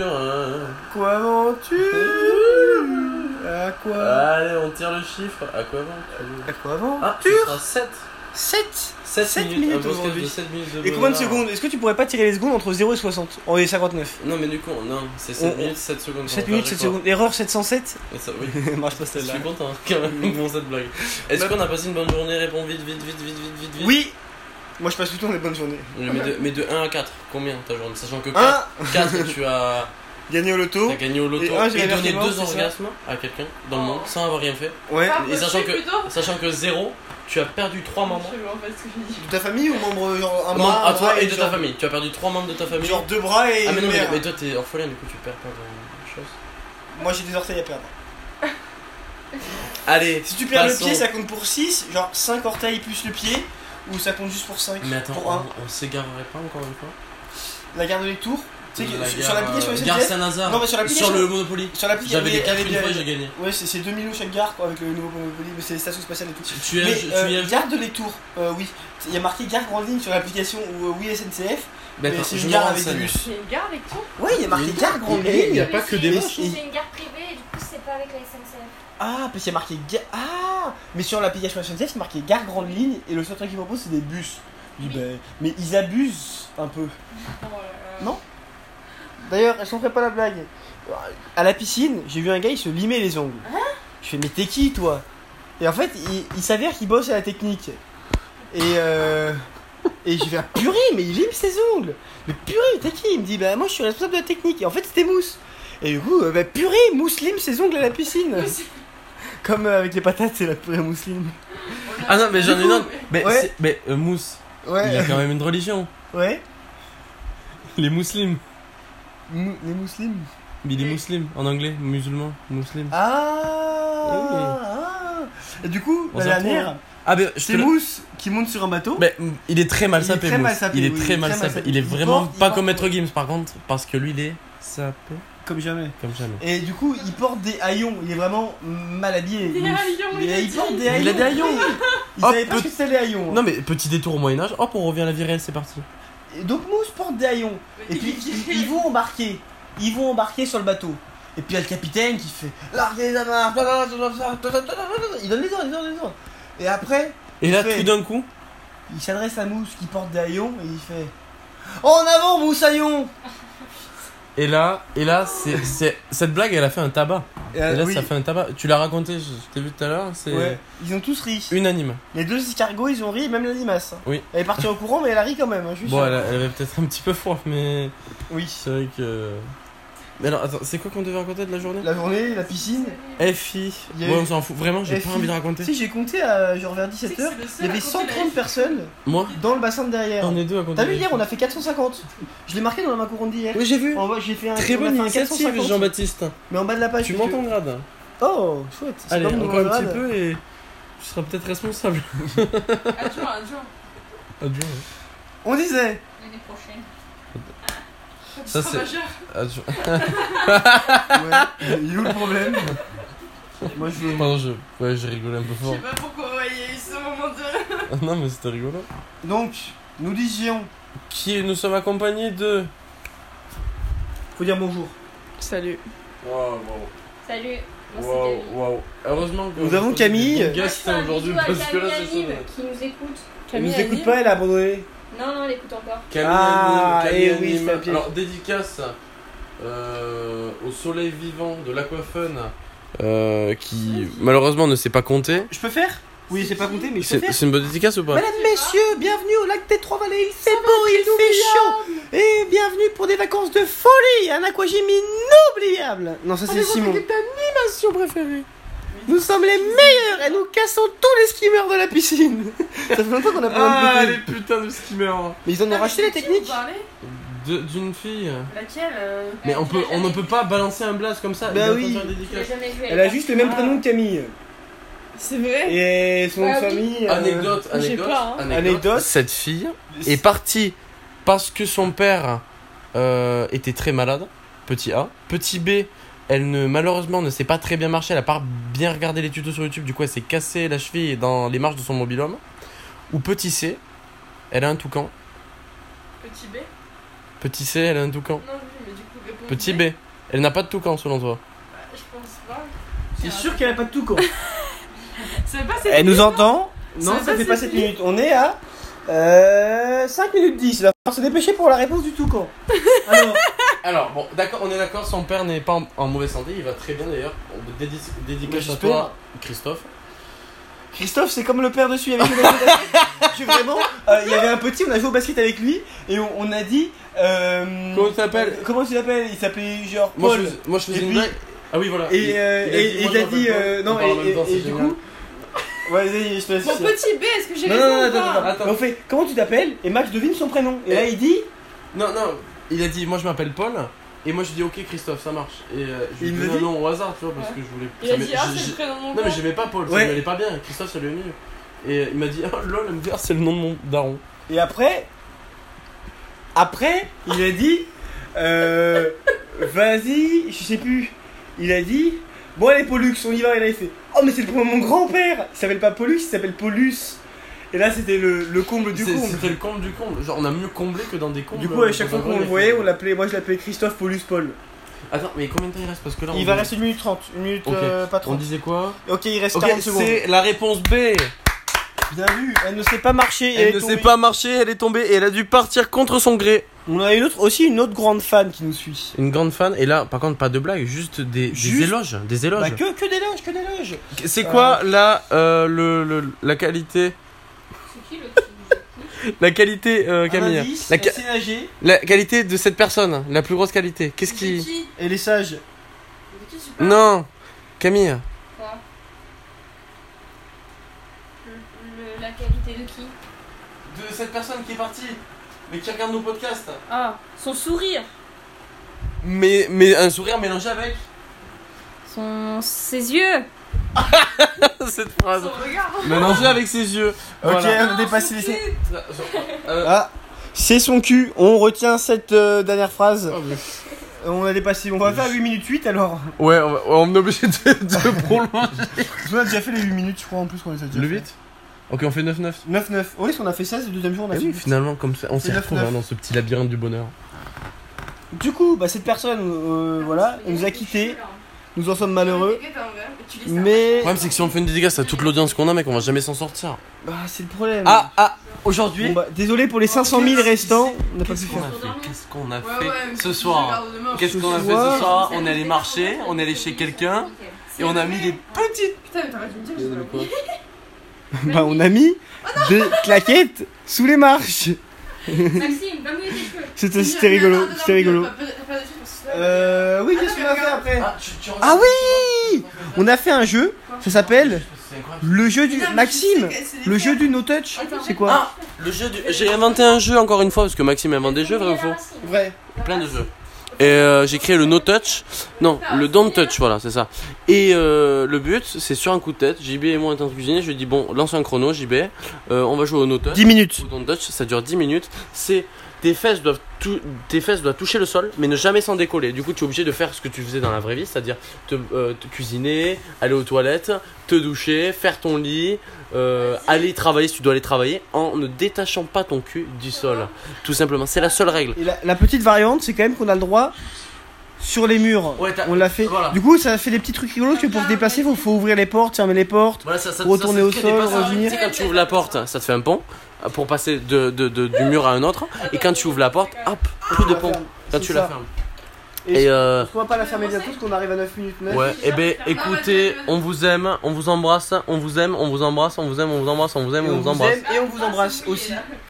Aquaventure. Aqua. Allez, on tire le chiffre. Aquaventure. Aquaventure. Ah, ce sera 7. 7 minutes aujourd'hui. De 7 minutes de Et combien de bonheur. secondes? Est-ce que tu pourrais pas tirer les secondes entre 0 et 60? Oh, et 59. Non, mais du coup, non, c'est 7 minutes, 7 secondes. 7 minutes, 7 secondes. Erreur 707. Et ça, oui. Marche pas Je celle-là. suis content quand même pour cette blague. Est-ce qu'on a passé une bonne journée? Réponds vite. Oui. Moi je passe tout le temps des bonnes journées. Mais de 1 à 4, combien ta journée? Sachant que 1. 4 tu as Gagné au loto. t'as gagné au loto Et un, j'ai et donné versé mort, 2 c'est ça. orgasmes à quelqu'un dans le monde sans avoir rien fait. Ouais. Et sachant que 0, tu as perdu 3 membres. Je vois pas ce que je dis. De ta famille ou membre genre un Non, bras, à un toi bras et de ta genre- famille. Tu as perdu 3 membres de ta famille. Genre 2 bras et Ah, mais une non, mère. mais toi t'es orphelin, du coup tu perds pas de choses. Moi j'ai des orteils à perdre. Allez, Si tu perds passons. le pied, ça compte pour 6, genre 5 orteils plus le pied, ou ça compte juste pour 5. Mais attends, pour 1. on s'égarerait pas encore une fois? La gare de les tours. Tu sais que La sur gare, l'application Gare SNCF. Saint-Lazare. Non, mais sur l'application- le Monopoly. Sur l'appli, J'avais les 4 il y une avait fois et des- j'ai gagné. Ouais, c'est 2000 euros chaque gare quoi, avec le nouveau Monopoly, mais c'est les stations spatiales et tout. Tu y Mais as gare de les tours, oui. Il y a marqué gare grande ligne sur l'application ou oui SNCF. Mais Mais attends, c'est je une me gare avec des renseigne. bus. C'est une gare avec tout. Ouais, il y a marqué Il y a gare une grande gare. Il y ligne. a pas que des Mais bus. c'est- C'est une gare privée et du coup c'est pas avec la SNCF. Ah, parce qu'il y a marqué gare. Ah, mais sur l'application SNCF, c'est marqué gare grande ligne et le seul truc qu'ils proposent c'est des bus. Je dis, ben, mais ils abusent un peu. Oh là là. Non. D'ailleurs, elles s'en ferait pas la blague. À la piscine, j'ai vu un gars, il se limait les ongles. Je fais, mais t'es qui toi? Et en fait, il s'avère qu'il bosse à la technique. Et je fais, ah, purée, mais il lime ses ongles. Mais purée, t'es qui? Il me dit, bah moi je suis responsable de la technique. Et en fait, c'était Mousse. Et du coup, bah purée, Mousse lime ses ongles à la piscine. Comme avec les patates, c'est la purée Mousse lime. Ah non, mais j'en ai une autre. Mais, Ouais. Mousse, il y a Ouais. quand même une religion. Ouais. Les musulmans. Les musulmans. Mais les musulmans en anglais, musulmans, musulmans. Ah. Et du coup, On la s'en dernière, fout, Ah, ben je te c'est Mousse qui monte sur un bateau. Mais il est très mal Il est sapé, très mal Mousse. sapé, Il est oui, très mal sapé. Il est Il vraiment porte- pas il comme porte- Maître Gims par contre, parce que lui il est sapé Comme jamais. comme jamais. Et du coup, il porte des haillons. Il est vraiment mal habillé. Des Mousse. haillons, il a il dit. porte des haillons. Il a des haillons. Il Hop, savait pas ce que c'était les haillons. Non mais petit détour au Moyen-Âge, hop, on revient à la vie réelle, c'est parti. Et donc Mousse porte des haillons. Et puis ils vont embarquer. Ils vont embarquer sur le bateau. Et puis il y a le capitaine qui fait larguez les amarres. Il donne les ordres. Et après, Et là, fait- tout d'un coup, il s'adresse à Mousse qui porte des haillons et il fait en avant Mousse haillons. et là, cette blague, elle a fait un tabac. Et là, oui. ça fait un tabac. Tu l'as raconté, je t'ai vu tout à l'heure, c'est Ouais, ils ont tous ri. unanime. Les deux escargots, ils ont ri, même la limace. Oui. Elle est partie au courant, mais elle a ri quand même. Je suis Bon, sûr. elle avait peut-être un petit peu froid, mais Oui. c'est vrai que. Mais alors, attends, c'est quoi qu'on devait raconter de la journée? La journée, la piscine. FI. Il y a Ouais, eu- on s'en fout. Vraiment, j'ai pas FI. envie de raconter. Tu sais, j'ai compté à genre vers 17h. C'est le seul Il y avait à compter la 130 FI. personnes Moi, dans le bassin de derrière. on est deux à compter. T'as vu hier, on a fait 450. Je l'ai marqué dans ma couronne d'hier. Oui, j'ai vu. En bas, j'ai fait un Très on a bonne fait un initiative, 450. Jean-Baptiste. Mais en bas de la page. Tu parce montes que- ton grade. Oh, chouette. C'est Allez, comme mon encore un petit grade. peu et tu seras peut-être responsable. Adjoint. Adjoint. On disait. L'année prochaine. Ça, Ça, c'est- majeur. Adjoint. Ouais. Il est où le problème? Moi je veux. Pardon, j'ai rigolé un peu Je fort. sais pas pourquoi il y a eu ce moment de. Non, mais c'était rigolo. Donc, nous disions. Nous sommes accompagnés de. Faut dire bonjour. Salut. Waouh, Salut, moi c'est waouh, Camille. waouh. Heureusement que. Nous avons Camille. Des Moi, je guests fais un aujourd'hui bisou à parce que là, Camille c'est Anime ça. qui nous écoute. Elle nous écoute pas, elle a abandonné. Non, elle écoute encore. Camille Ah, anime, et Camille oui, anime. c'est un piège. Alors, dédicace au soleil vivant de l'Aquafun qui malheureusement ne sait pas compter. Je peux faire? Oui, c'est pas compté, mais je peux faire. C'est une bonne dédicace ou pas? Mesdames, messieurs, bienvenue au lac des Trois-Vallées. Il fait beau, il fait chaud. Et bienvenue pour des vacances de folie. Un aquagym inoubliable. Non, ça c'est Simon. animation préférée. Nous sommes les meilleurs et nous cassons tous les skimmers de la piscine. Ça fait longtemps qu'on a pas Ah, de les putains de skimmers. Mais ils en ont racheté la technique. D'une fille. Laquelle Mais on ne peut pas balancer un blaze comme ça. Bah il va oui. faire Je l'ai dédicace. jamais vue. Elle a juste le même prénom que Camille. C'est vrai. Et son nom de Ah oui. famille. Anecdote, Je sais pas, hein. Anecdote. Cette fille est partie parce que son père était très malade. Petit A. Petit B, elle malheureusement ne sait pas très bien marcher. Elle a pas bien regardé les tutos sur YouTube. Du coup, elle s'est cassé la cheville dans les marches de son mobil-home. Ou petit C, elle a un toucan. Petit B. Petit C, elle a un toucan. Non, oui, mais du coup, Petit B. Elle n'a pas de toucan selon toi. Je pense pas. C'est sûr qu'elle a pas de toucan. Ça fait pas cette Elle nous entend. Non, Ça ça fait fait pas pas sept 7 minutes. On est à 5 minutes 10. Il va falloir se dépêcher pour la réponse du toucan. Alors, Alors, bon, d'accord, on est d'accord, son père n'est pas en mauvaise santé, il va très bien d'ailleurs. On dédicace à J'espère. toi, Christophe. Christophe, c'est comme le père de celui avec le basket. Je suis vraiment. Il y avait un petit, on a joué au basket avec lui et on a dit. Comment tu t'appelles Comment tu l'appelles? Il s'appelait genre Moi, Paul. je faisais Et une puis- blague. Ah oui, voilà. Et moi, il a je dit. m'appelle Paul. Non, On parle en même temps, et c'est du génial. coup. Ouais, vas-y, je te laisse. Mon petit B, est-ce que j'ai Non, raison non, non, ou pas attends, attends. On fait comment tu t'appelles? Et Max devine son prénom. Et là, il dit. Non, il a dit, moi je m'appelle Paul. Et moi je dis, ok, Christophe, ça marche. Et je lui Il ai me donné un dit nom au hasard, tu vois, parce que je voulais. Il a ça dit, m'est- ah, j'ai- c'est le prénom de mon Non, mais père. j'aimais pas Paul, ça Ouais. lui allait pas bien. Christophe, ça lui allait mieux. Et il m'a dit, oh lol, elle me dit, ah, c'est le nom de mon daron. Et après, il a dit, vas-y, je sais plus. Il a dit, bon allez Pollux, on y va. Et là il fait, oh mais c'est le prénom de mon grand-père. Il s'appelle pas Pollux, il s'appelle Paulus. Et là c'était le comble du comble. C'était le comble du comble. Genre, on a mieux comblé que dans des combles. Du coup, à chaque dans fois un qu'on le vrai voyait, film. on l'appelait, moi je l'appelais Christophe Paulus Paul. Attends, mais combien de temps il reste? Parce que là, Il va rester 1 minute 30, 1 minute Ok. pas On 30. disait quoi? Ok, il reste Ok, 40 secondes. c'est la réponse B. Bien vu, elle ne sait pas marcher. et Elle est ne tombée. s'est pas marcher, elle est tombée et elle a dû partir contre son gré. On a aussi une autre grande fan qui nous suit. Une grande fan, et là, par contre, pas de blague, juste des Juste- éloges. Des éloges. Bah que d'éloges, que d'éloges. C'est quoi la qualité? C'est qui le La qualité, Camille. Un indice, La, elle sait nager la qualité de cette personne, la plus grosse qualité. Qu'est-ce De qui. qui et les sages. De qui tu parles Non, Camille. Quoi La qualité de qui? De cette personne qui est partie, mais qui regarde nos podcasts. Ah, son sourire. Mais un sourire mélangé avec Ses yeux. cette phrase. Son regard. Mélangé avec ses yeux. Ok, Voilà. on a dépassé les. Euh, Ah, c'est son cul. On retient cette dernière phrase. oh, mais- On a dépassé. On va faire 8 minutes 8 alors. Ouais, on est obligé de prolonger. On a déjà fait les 8 minutes, je crois en plus qu'on les a déjà Le fait. 8. Ok, on fait 9-9. 9-9. Oui, parce qu'on a fait 16, le deuxième jour on a Ah fait oui, 8. finalement, comme ça, on s'y C'est retrouve 9-9. hein, dans ce petit labyrinthe du bonheur. Du coup, bah, cette personne, voilà, elle nous a quittés. Nous en sommes malheureux. Mais. Le problème, c'est que si on fait une dédicace à toute l'audience qu'on a, mec, on va jamais s'en sortir. Bah, c'est le problème. Aujourd'hui. Bon, bah, désolé pour les 500 000 restants. On n'a pas pu Qu'est-ce qu'on faire. a fait Qu'est-ce qu'on a Ouais, ouais, fait ce soir Qu'est-ce qu'on a fait soir ce soir On est allé marcher, on est allé chez quelqu'un et on a mis des petites. Putain, mais t'aurais dû me dire, je sais pas. Bah, on a mis des claquettes sous les marches. Maxime, va mouiller tes cheveux. C'était rigolo. C'était rigolo. T'as pas de choses pour ça. Oui, qu'est-ce qu'on a fait après Ah Ah oui On a fait un jeu, ça s'appelle le jeu du. Non, mais Maxime je sais que c'est des Le jeu frères. du no touch Attends. C'est quoi Ah Le jeu du. J'ai inventé un jeu encore une fois parce que Maxime invente des jeux, vrai ou faux Vrai. Plein de jeux. Et j'ai créé le no touch. Non, le don't touch, voilà, c'est ça. Et le but, c'est sur un coup de tête. JB et moi étant cuisinier, je lui dis bon, lance un chrono, JB. On va jouer au no touch. 10 minutes. Au don't touch, ça dure 10 minutes. C'est tes fesses doivent toucher le sol, mais ne jamais s'en décoller. Du coup, tu es obligé de faire ce que tu faisais dans la vraie vie, c'est-à-dire te cuisiner, aller aux toilettes, te doucher, faire ton lit, aller travailler si tu dois aller travailler, en ne détachant pas ton cul du sol. Tout simplement, c'est la seule règle. Et la petite variante, c'est quand même qu'on a le droit sur les murs. Ouais, On l'a fait. voilà. Du coup, ça fait des petits trucs rigolos que pour se déplacer, faut ouvrir les portes, fermer les portes. Voilà, ça Retourner ça au crée sol, des passages. revenir. Tu sais, quand tu ouvres la porte, ça te fait un pont pour passer du mur à un autre. Et quand tu ouvres la porte, hop, plus de pont. Quand tu la fermes. Et Et on va pas la fermer bientôt parce qu'on arrive à 9 minutes 9. ouais, et ben écoutez, on vous aime, on vous embrasse, on vous aime, on vous embrasse, on vous aime, on vous embrasse, on vous aime, Et on on vous vous embrasse. aime et on vous embrasse aussi.